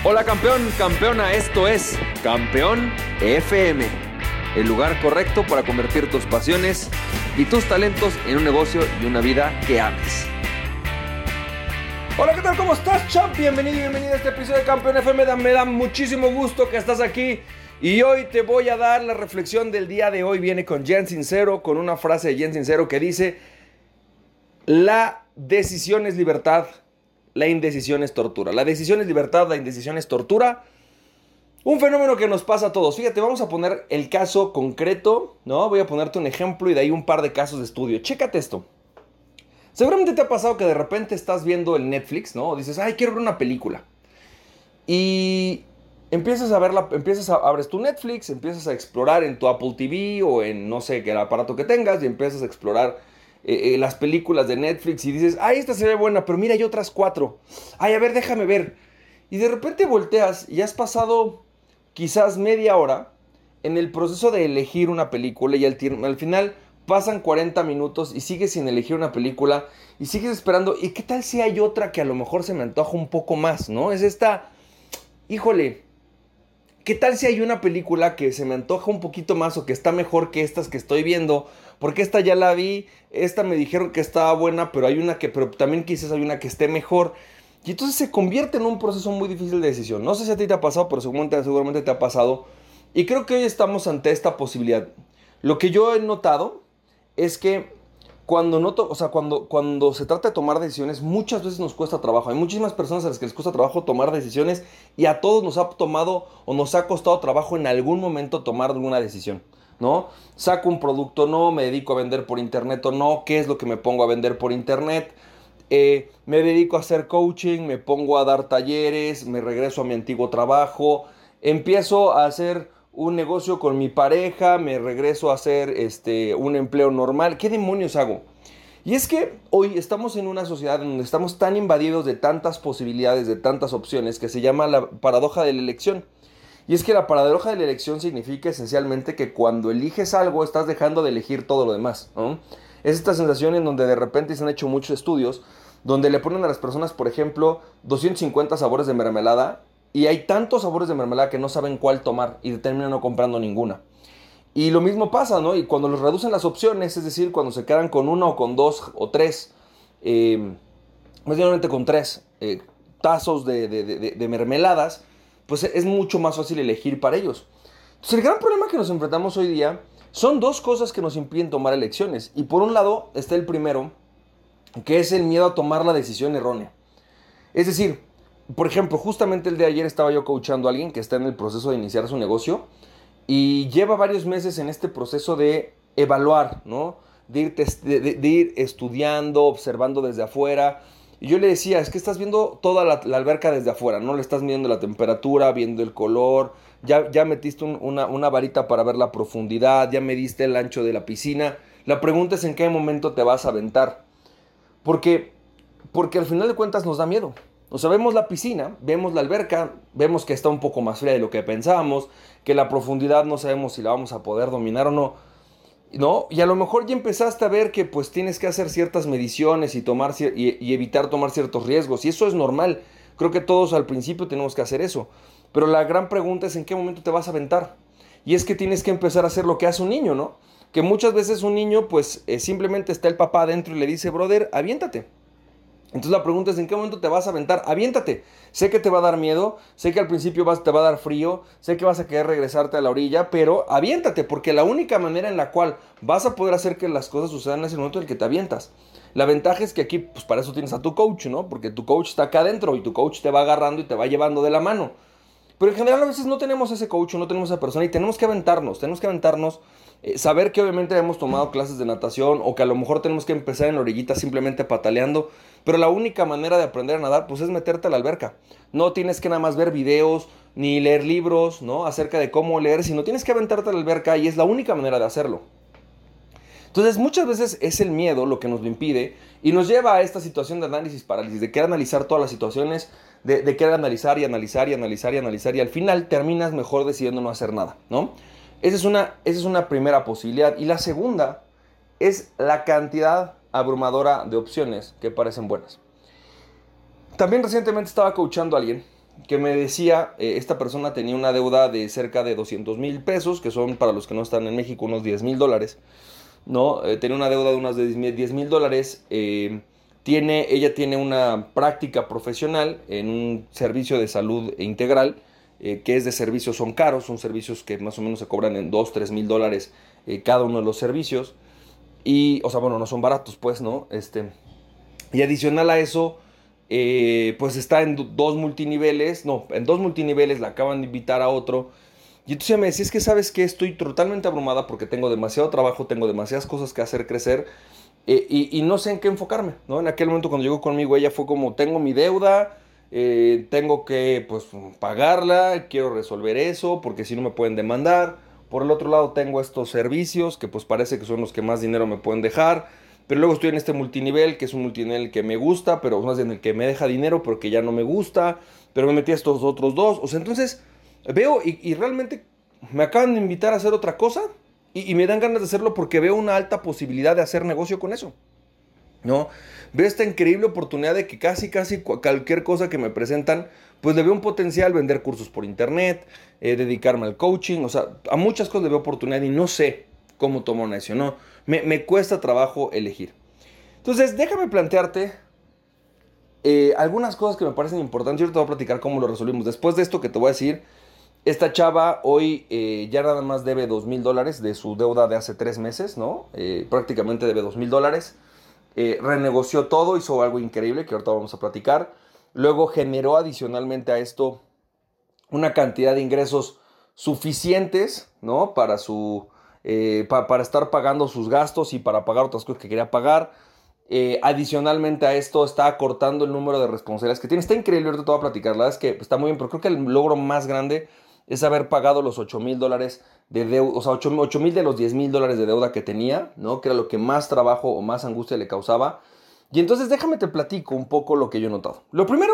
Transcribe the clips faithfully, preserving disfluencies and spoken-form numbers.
Hola campeón, campeona, esto es Campeón F M, el lugar correcto para convertir tus pasiones y tus talentos en un negocio y una vida que ames. Hola, ¿qué tal? ¿Cómo estás, champ? Bienvenido y bienvenida a este episodio de Campeón F M. Me da muchísimo gusto que estás aquí y hoy te voy a dar la reflexión del día de hoy. Viene con Jen Sincero, con una frase de Jen Sincero que dice: la decisión es libertad, la indecisión es tortura. La decisión es libertad, la indecisión es tortura. Un fenómeno que nos pasa a todos. Fíjate, vamos a poner el caso concreto, ¿no? Voy a ponerte un ejemplo y de ahí un par de casos de estudio. Chécate esto. Seguramente te ha pasado que de repente estás viendo el Netflix, ¿no? Dices, ay, quiero ver una película. Y empiezas a verla, empiezas a, abres tu Netflix, empiezas a explorar en tu Apple T V o en no sé qué aparato que tengas y empiezas a explorar Eh, eh, las películas de Netflix y dices, ay, esta se ve buena, pero mira, hay otras cuatro. Ay, a ver, déjame ver. Y de repente volteas y has pasado quizás media hora en el proceso de elegir una película y al, al final pasan cuarenta minutos y sigues sin elegir una película y sigues esperando. ¿Y qué tal si hay otra que a lo mejor se me antoja un poco más, ¿no? Es esta, híjole, ¿qué tal si hay una película que se me antoja un poquito más o que está mejor que estas que estoy viendo? Porque esta ya la vi, esta me dijeron que estaba buena, pero hay una que, pero también quizás hay una que esté mejor. Y entonces se convierte en un proceso muy difícil de decisión. No sé si a ti te ha pasado, pero seguramente, seguramente te ha pasado. Y creo que hoy estamos ante esta posibilidad. Lo que yo he notado es que cuando, noto, o sea, cuando, cuando se trata de tomar decisiones, muchas veces nos cuesta trabajo. Hay muchísimas personas a las que les cuesta trabajo tomar decisiones y a todos nos ha tomado o nos ha costado trabajo en algún momento tomar alguna decisión, ¿no? Saco un producto, no, me dedico a vender por internet o no, ¿qué es lo que me pongo a vender por internet? Eh, me dedico a hacer coaching, me pongo a dar talleres, me regreso a mi antiguo trabajo, empiezo a hacer un negocio con mi pareja, me regreso a hacer este, un empleo normal. ¿Qué demonios hago? Y es que hoy estamos en una sociedad en donde estamos tan invadidos de tantas posibilidades, de tantas opciones, que se llama la paradoja de la elección. Y es que la paradoja de la elección significa esencialmente que cuando eliges algo estás dejando de elegir todo lo demás, ¿no? Es esta sensación en donde de repente se han hecho muchos estudios donde le ponen a las personas, por ejemplo, doscientos cincuenta sabores de mermelada y hay tantos sabores de mermelada que no saben cuál tomar y terminan no comprando ninguna. Y lo mismo pasa, ¿no? Y cuando los reducen las opciones, es decir, cuando se quedan con una o con dos o tres, eh, más bien con tres eh, tazos de, de, de, de mermeladas, pues es mucho más fácil elegir para ellos. Entonces el gran problema que nos enfrentamos hoy día son dos cosas que nos impiden tomar elecciones. Y por un lado está el primero, que es el miedo a tomar la decisión errónea. Es decir, por ejemplo, justamente el de ayer estaba yo coachando a alguien que está en el proceso de iniciar su negocio y lleva varios meses en este proceso de evaluar, ¿no? De ir, de, de, de ir estudiando, observando desde afuera. Y yo le decía, es que estás viendo toda la, la alberca desde afuera, ¿no? Le estás midiendo la temperatura, viendo el color, ya, ya metiste un, una, una varita para ver la profundidad, ya mediste el ancho de la piscina. La pregunta es en qué momento te vas a aventar. Porque, porque al final de cuentas nos da miedo. O sea, vemos la piscina, vemos la alberca, vemos que está un poco más fría de lo que pensábamos, que la profundidad no sabemos si la vamos a poder dominar o no. ¿No? Y a lo mejor ya empezaste a ver que pues tienes que hacer ciertas mediciones y, tomar, y, y evitar tomar ciertos riesgos. Y eso es normal. Creo que todos al principio tenemos que hacer eso. Pero la gran pregunta es en qué momento te vas a aventar. Y es que tienes que empezar a hacer lo que hace un niño, ¿no? Que muchas veces un niño pues eh, simplemente está el papá adentro y le dice, brother, aviéntate. Entonces la pregunta es en qué momento te vas a aventar. Aviéntate. Sé que te va a dar miedo, sé que al principio vas, te va a dar frío, sé que vas a querer regresarte a la orilla, pero aviéntate, porque la única manera en la cual vas a poder hacer que las cosas sucedan es el momento en el que te avientas. La ventaja es que aquí, pues para eso tienes a tu coach, ¿no? Porque tu coach está acá adentro y tu coach te va agarrando y te va llevando de la mano. Pero en general a veces no tenemos ese coach, no tenemos esa persona y tenemos que aventarnos, tenemos que aventarnos, eh, saber que obviamente hemos tomado clases de natación o que a lo mejor tenemos que empezar en la orillita simplemente pataleando, pero la única manera de aprender a nadar pues es meterte a la alberca. No tienes que nada más ver videos ni leer libros, ¿no? Acerca de cómo leer, sino tienes que aventarte a la alberca y es la única manera de hacerlo. Entonces muchas veces es el miedo lo que nos lo impide y nos lleva a esta situación de análisis parálisis, de querer analizar todas las situaciones, de, de querer analizar y analizar y analizar y analizar y al final terminas mejor decidiendo no hacer nada, ¿no? Esa es una, esa es una primera posibilidad. Y la segunda es la cantidad abrumadora de opciones que parecen buenas. También recientemente estaba coachando a alguien que me decía, eh, esta persona tenía una deuda de cerca de doscientos mil pesos, que son para los que no están en México unos diez mil dólares, ¿no? Eh, tenía una deuda de unas de diez mil dólares. Eh, tiene, ella tiene una práctica profesional en un servicio de salud integral, eh, que es de servicios, son caros, son servicios que más o menos se cobran en dos, tres mil dólares eh, cada uno de los servicios. Y, o sea, bueno, no son baratos, pues, ¿no? Este, y adicional a eso, eh, pues está en do- dos multiniveles, no, en dos multiniveles la acaban de invitar a otro. Y entonces ella me decía, es que sabes que estoy totalmente abrumada porque tengo demasiado trabajo, tengo demasiadas cosas que hacer crecer, eh, y, y no sé en qué enfocarme, ¿no? En aquel momento cuando llegó conmigo ella fue como, tengo mi deuda, eh, tengo que pues pagarla, quiero resolver eso porque si no me pueden demandar. Por el otro lado tengo estos servicios que pues parece que son los que más dinero me pueden dejar. Pero luego estoy en este multinivel, que es un multinivel que me gusta, pero más en el que me deja dinero, pero que ya no me gusta. Pero me metí a estos otros dos. O sea, entonces veo y, y realmente me acaban de invitar a hacer otra cosa. Y, y me dan ganas de hacerlo porque veo una alta posibilidad de hacer negocio con eso, ¿no? Veo esta increíble oportunidad de que casi, casi cualquier cosa que me presentan, pues le veo un potencial, vender cursos por internet, eh, dedicarme al coaching, o sea, a muchas cosas le veo oportunidad y no sé cómo tomar una decisión, ¿no? Me, me cuesta trabajo elegir. Entonces, déjame plantearte eh, algunas cosas que me parecen importantes. Yo te voy a platicar cómo lo resolvimos. Después de esto que te voy a decir, esta chava hoy eh, ya nada más debe dos mil dólares de su deuda de hace tres meses, ¿no? Eh, prácticamente debe dos mil dólares. Eh, renegoció todo, hizo algo increíble que ahorita vamos a platicar. Luego generó adicionalmente a esto una cantidad de ingresos suficientes, ¿no? Para su, eh, pa- para estar pagando sus gastos y para pagar otras cosas que quería pagar. Eh, adicionalmente a esto, está acortando el número de responsabilidades que tiene. Está increíble, ahorita te voy a platicar. La verdad es que está muy bien, pero creo que el logro más grande es haber pagado los ocho mil dólares de deuda, o sea, ocho mil de los diez mil dólares de deuda que tenía, ¿no? Que era lo que más trabajo o más angustia le causaba. Y entonces déjame te platico un poco lo que yo he notado. Lo primero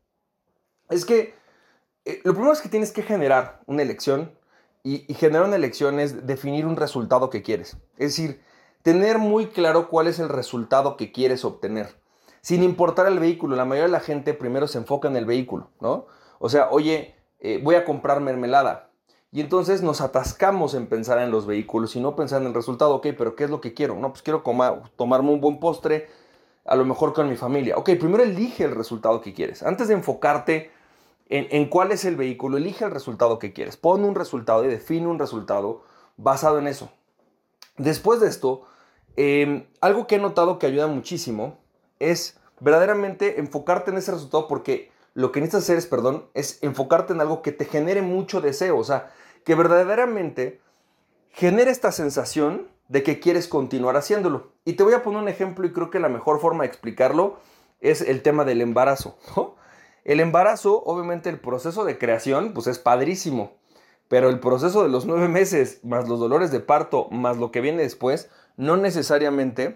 es que, eh, lo primero es que tienes que generar una elección, y, y generar una elección es definir un resultado que quieres. Es decir, tener muy claro cuál es el resultado que quieres obtener. Sin importar el vehículo, la mayoría de la gente primero se enfoca en el vehículo, ¿no? O sea, oye, eh, voy a comprar mermelada. Y entonces nos atascamos en pensar en los vehículos y no pensar en el resultado. Ok, pero ¿qué es lo que quiero? No, pues quiero coma- tomarme un buen postre, a lo mejor con mi familia. Ok, primero elige el resultado que quieres. Antes de enfocarte en, en cuál es el vehículo, elige el resultado que quieres. Pon un resultado y define un resultado basado en eso. Después de esto, eh, algo que he notado que ayuda muchísimo es verdaderamente enfocarte en ese resultado, porque lo que necesitas hacer es, perdón, es enfocarte en algo que te genere mucho deseo, o sea, que verdaderamente genere esta sensación de que quieres continuar haciéndolo. Y te voy a poner un ejemplo y creo que la mejor forma de explicarlo es el tema del embarazo, ¿no? El embarazo, obviamente el proceso de creación, pues es padrísimo, pero el proceso de los nueve meses, más los dolores de parto, más lo que viene después, no necesariamente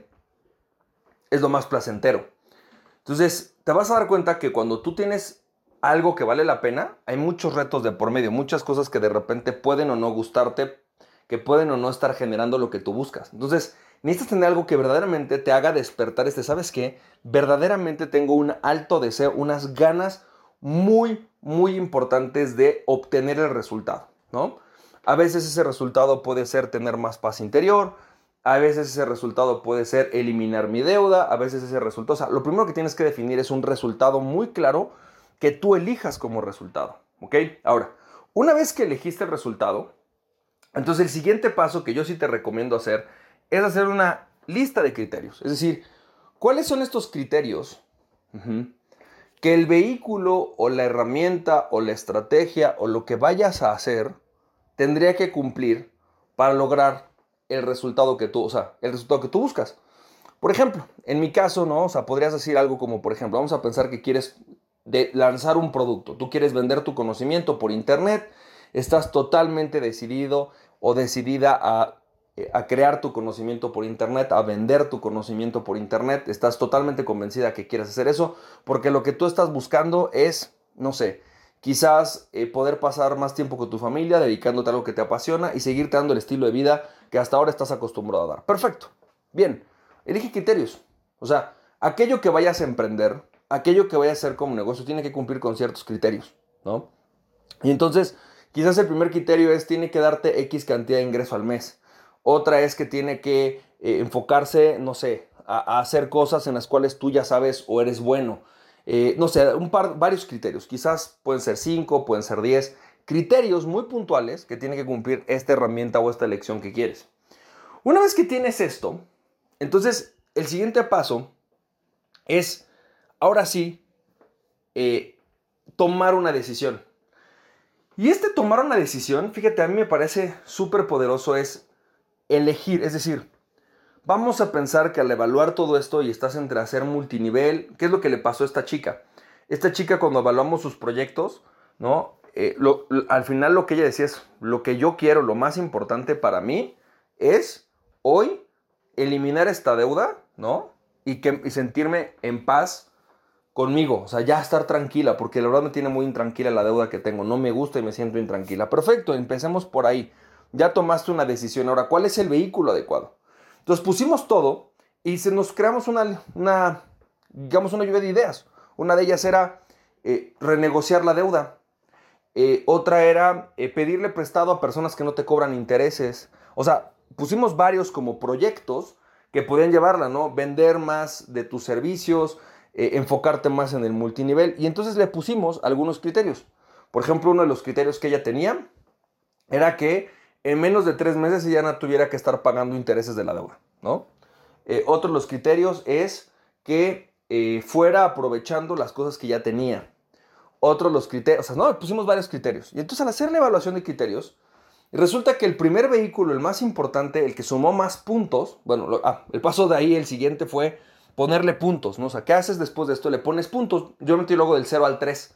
es lo más placentero. Entonces, te vas a dar cuenta que cuando tú tienes algo que vale la pena, hay muchos retos de por medio, muchas cosas que de repente pueden o no gustarte, que pueden o no estar generando lo que tú buscas. Entonces, necesitas tener algo que verdaderamente te haga despertar este, ¿sabes qué? Verdaderamente tengo un alto deseo, unas ganas muy, muy importantes de obtener el resultado, ¿no? A veces ese resultado puede ser tener más paz interior, a veces ese resultado puede ser eliminar mi deuda, a veces ese resultado, o sea, lo primero que tienes que definir es un resultado muy claro que tú elijas como resultado, ¿ok? Ahora, una vez que elegiste el resultado, entonces el siguiente paso que yo sí te recomiendo hacer es hacer una lista de criterios. Es decir, ¿cuáles son estos criterios uh-huh, que el vehículo o la herramienta o la estrategia o lo que vayas a hacer tendría que cumplir para lograr el resultado que tú, o sea, el resultado que tú buscas? Por ejemplo, en mi caso, ¿no? O sea, podrías decir algo como, por ejemplo, vamos a pensar que quieres de lanzar un producto. Tú quieres vender tu conocimiento por internet, estás totalmente decidido o decidida a, a crear tu conocimiento por internet, a vender tu conocimiento por internet. Estás totalmente convencida que quieres hacer eso porque lo que tú estás buscando es, no sé, quizás eh, poder pasar más tiempo con tu familia, dedicándote a algo que te apasiona y seguirte dando el estilo de vida que hasta ahora estás acostumbrado a dar. Perfecto. Bien. Elige criterios. O sea, aquello que vayas a emprender, aquello que vayas a hacer como negocio, tiene que cumplir con ciertos criterios, ¿no? Y entonces, quizás el primer criterio es, tiene que darte X cantidad de ingreso al mes. Otra es que tiene que eh, enfocarse, no sé, a, a hacer cosas en las cuales tú ya sabes o eres bueno. Eh, no sé, un par, varios criterios. Quizás pueden ser cinco, pueden ser diez. Criterios muy puntuales que tiene que cumplir esta herramienta o esta elección que quieres. Una vez que tienes esto, entonces el siguiente paso es, ahora sí, eh, tomar una decisión. Y este tomar una decisión, fíjate, a mí me parece súper poderoso, es elegir, es decir, vamos a pensar que al evaluar todo esto y estás entre hacer multinivel, ¿qué es lo que le pasó a esta chica? Esta chica, cuando evaluamos sus proyectos, ¿no? Eh, lo, lo, al final lo que ella decía es, lo que yo quiero, lo más importante para mí es hoy eliminar esta deuda, ¿no? Y, que, y sentirme en paz conmigo, o sea, ya estar tranquila, porque la verdad me tiene muy intranquila la deuda que tengo, no me gusta y me siento intranquila. Perfecto, empecemos por ahí. Ya tomaste una decisión, ahora, ¿cuál es el vehículo adecuado? Entonces pusimos todo y se nos creamos una, una, digamos, una lluvia de ideas. Una de ellas era eh, renegociar la deuda. Eh, otra era eh, pedirle prestado a personas que no te cobran intereses. O sea, pusimos varios como proyectos que podían llevarla, ¿no? Vender más de tus servicios, eh, enfocarte más en el multinivel. Y entonces le pusimos algunos criterios. Por ejemplo, uno de los criterios que ella tenía era que en menos de tres meses ella no tuviera que estar pagando intereses de la deuda, ¿no? Eh, otro de los criterios es que eh, fuera aprovechando las cosas que ya tenía. Otro de los criterios, o sea, no, pusimos varios criterios. Y entonces al hacer la evaluación de criterios, resulta que el primer vehículo, el más importante, el que sumó más puntos, bueno, lo, ah, el paso de ahí, el siguiente fue ponerle puntos, ¿no? O sea, ¿qué haces después de esto? Le pones puntos. Yo metí luego del cero al tres.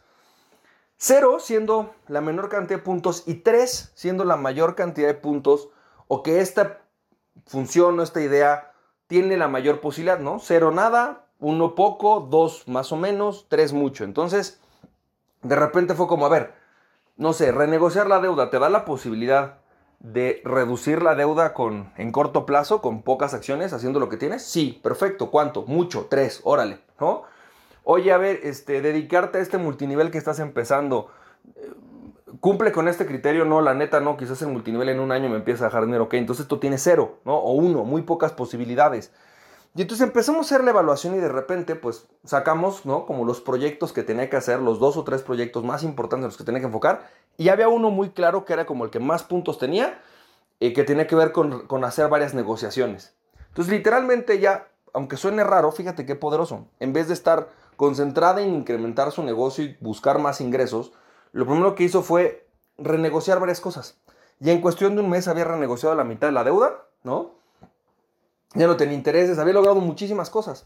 cero siendo la menor cantidad de puntos y tres siendo la mayor cantidad de puntos, o que esta función o esta idea tiene la mayor posibilidad, ¿no? cero nada, uno poco, dos más o menos, tres mucho. Entonces, de repente fue como, a ver, no sé, renegociar la deuda te da la posibilidad de reducir la deuda con, en corto plazo, con pocas acciones, haciendo lo que tienes. Sí, perfecto. ¿Cuánto? Mucho, tres, órale, ¿no? Oye, a ver, este, dedicarte a este multinivel que estás empezando, eh, ¿cumple con este criterio? No, la neta no, quizás el multinivel en un año me empieza a dejar dinero, ok, entonces esto tiene cero, ¿no? O uno, muy pocas posibilidades. Y entonces empezamos a hacer la evaluación y de repente, pues, sacamos, ¿no? Como los proyectos que tenía que hacer, los dos o tres proyectos más importantes en los que tenía que enfocar, y había uno muy claro que era como el que más puntos tenía, eh, que tenía que ver con, con hacer varias negociaciones. Entonces, literalmente ya, aunque suene raro, fíjate qué poderoso. En vez de estar concentrada en incrementar su negocio y buscar más ingresos, lo primero que hizo fue renegociar varias cosas. Y en cuestión de un mes había renegociado la mitad de la deuda, ¿no? Ya no tenía intereses, había logrado muchísimas cosas.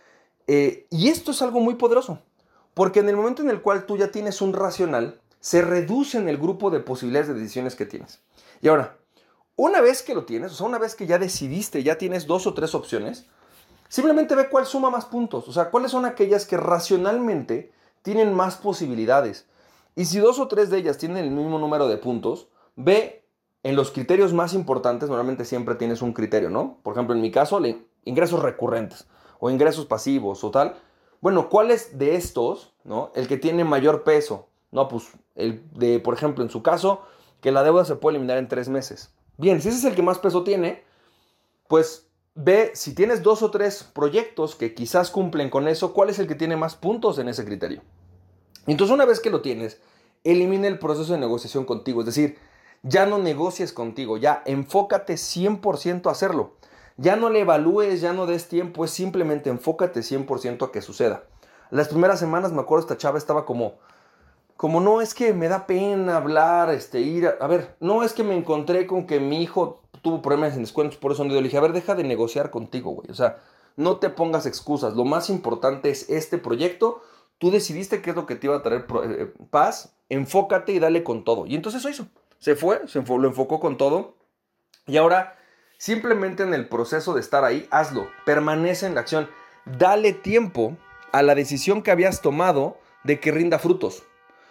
Eh, y esto es algo muy poderoso, porque en el momento en el cual tú ya tienes un racional, se reduce en el grupo de posibilidades de decisiones que tienes. Y ahora, una vez que lo tienes, o sea, una vez que ya decidiste, ya tienes dos o tres opciones, simplemente ve cuál suma más puntos, o sea, cuáles son aquellas que racionalmente tienen más posibilidades. Y si dos o tres de ellas tienen el mismo número de puntos, ve en los criterios más importantes, normalmente siempre tienes un criterio, ¿no? Por ejemplo, en mi caso, ingresos recurrentes o ingresos pasivos o tal. Bueno, ¿cuál es de estos, ¿no? El que tiene mayor peso? No, pues, el de, por ejemplo, en su caso, que la deuda se puede eliminar en tres meses. Bien, si ese es el que más peso tiene, pues ve si tienes dos o tres proyectos que quizás cumplen con eso, ¿cuál es el que tiene más puntos en ese criterio? Entonces, una vez que lo tienes, elimina el proceso de negociación contigo. Es decir, ya no negocies contigo, ya enfócate cien por ciento a hacerlo. Ya no le evalúes, ya no des tiempo, es simplemente enfócate cien por ciento a que suceda. Las primeras semanas, me acuerdo, esta chava estaba como, como no, es que me da pena hablar, este, ir a, a ver, no, es que me encontré con que mi hijo tuvo problemas en descuentos, por eso no le dije, a ver, deja de negociar contigo, güey. O sea, no te pongas excusas, lo más importante es este proyecto. Tú decidiste qué es lo que te iba a traer eh, paz, enfócate y dale con todo. Y entonces eso hizo. Se fue, se enfo- lo enfocó con todo. Y ahora, simplemente en el proceso de estar ahí, hazlo. Permanece en la acción. Dale tiempo a la decisión que habías tomado de que rinda frutos.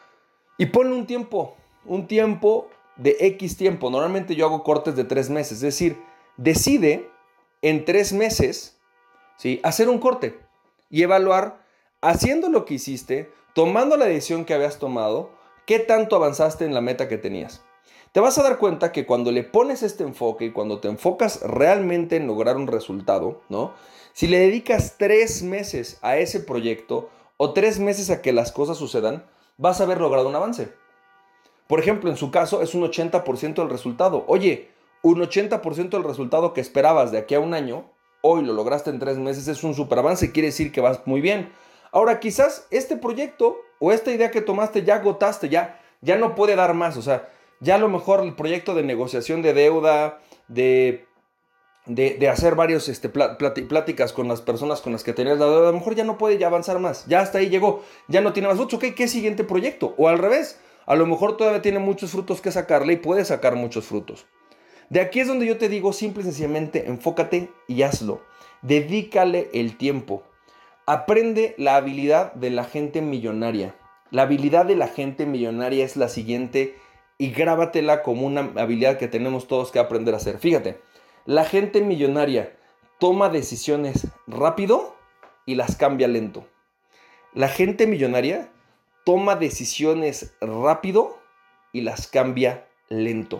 Y ponle un tiempo, un tiempo de X tiempo. Normalmente yo hago cortes de tres meses. Es decir, decide en tres meses, ¿sí?, hacer un corte y evaluar, haciendo lo que hiciste, tomando la decisión que habías tomado, ¿Qué tanto avanzaste en la meta que tenías? Te vas a dar cuenta que cuando le pones este enfoque y cuando te enfocas realmente en lograr un resultado, ¿no? Si le dedicas tres meses a ese proyecto o tres meses a que las cosas sucedan, vas a haber logrado un avance. Por ejemplo, en su caso es un ochenta por ciento del resultado. Oye, un ochenta por ciento del resultado que esperabas de aquí a un año, hoy lo lograste en tres meses, es un super avance, quiere decir que vas muy bien. Ahora, quizás este proyecto o esta idea que tomaste ya agotaste, ya, ya no puede dar más. O sea, ya a lo mejor el proyecto de negociación de deuda, de, de, de hacer varios este, pláticas con las personas con las que tenías la deuda, a lo mejor ya no puede ya avanzar más. Ya hasta ahí llegó, ya no tiene más frutos. Ok, ¿qué siguiente proyecto? O al revés, a lo mejor todavía tiene muchos frutos que sacarle y puede sacar muchos frutos. De aquí es donde yo te digo, simple y sencillamente, enfócate y hazlo. Dedícale el tiempo. Aprende la habilidad de la gente millonaria. La habilidad de la gente millonaria es la siguiente y grábatela como una habilidad que tenemos todos que aprender a hacer. Fíjate, la gente millonaria toma decisiones rápido y las cambia lento. La gente millonaria toma decisiones rápido y las cambia lento.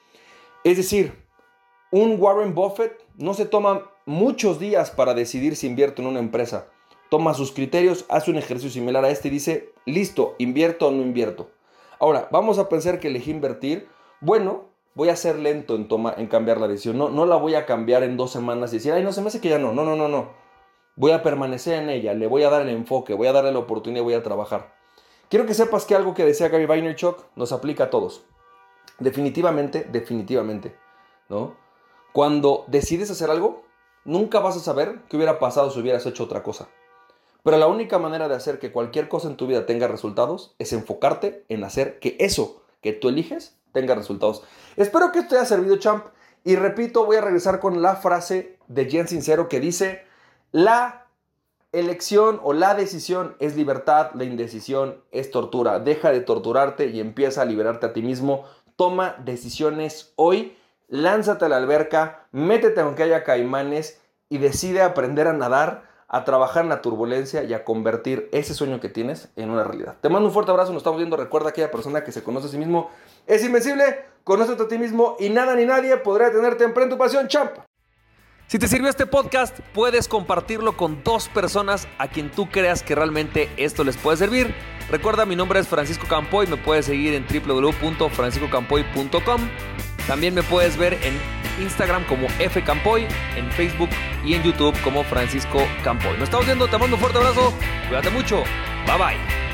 Es decir, un Warren Buffett no se toma muchos días para decidir si invierte en una empresa. Toma sus criterios, hace un ejercicio similar a este y dice, listo, ¿invierto o no invierto? Ahora, vamos a pensar que elegí invertir. Bueno, voy a ser lento en, toma, en cambiar la decisión. No, no la voy a cambiar en dos semanas y decir, ay, no, se me hace que ya no. No, no, no, no. Voy a permanecer en ella, le voy a dar el enfoque, voy a darle la oportunidad y voy a trabajar. Quiero que sepas que algo que decía Gary Vaynerchuk nos aplica a todos. Definitivamente, definitivamente, ¿no? Cuando decides hacer algo, nunca vas a saber qué hubiera pasado si hubieras hecho otra cosa. Pero la única manera de hacer que cualquier cosa en tu vida tenga resultados es enfocarte en hacer que eso que tú eliges tenga resultados. Espero que esto te haya servido, champ. Y repito, voy a regresar con la frase de Jen Sincero que dice, la elección o la decisión es libertad, la indecisión es tortura. Deja de torturarte y empieza a liberarte a ti mismo. Toma decisiones hoy, lánzate a la alberca, métete aunque haya caimanes y decide aprender a nadar, a trabajar en la turbulencia y a convertir ese sueño que tienes en una realidad. Te mando un fuerte abrazo, nos estamos viendo. Recuerda, aquella persona que se conoce a sí mismo es invencible, conócete a ti mismo y nada ni nadie podrá detenerte. Emprende tu pasión, champ. Si te sirvió este podcast, puedes compartirlo con dos personas a quien tú creas que realmente esto les puede servir. Recuerda, mi nombre es Francisco Campoy, me puedes seguir en w w w punto francisco campoy punto com. También me puedes ver en Instagram como F Campoy, en Facebook y en YouTube como Francisco Campoy. Nos estamos viendo, te mando un fuerte abrazo, cuídate mucho, bye bye.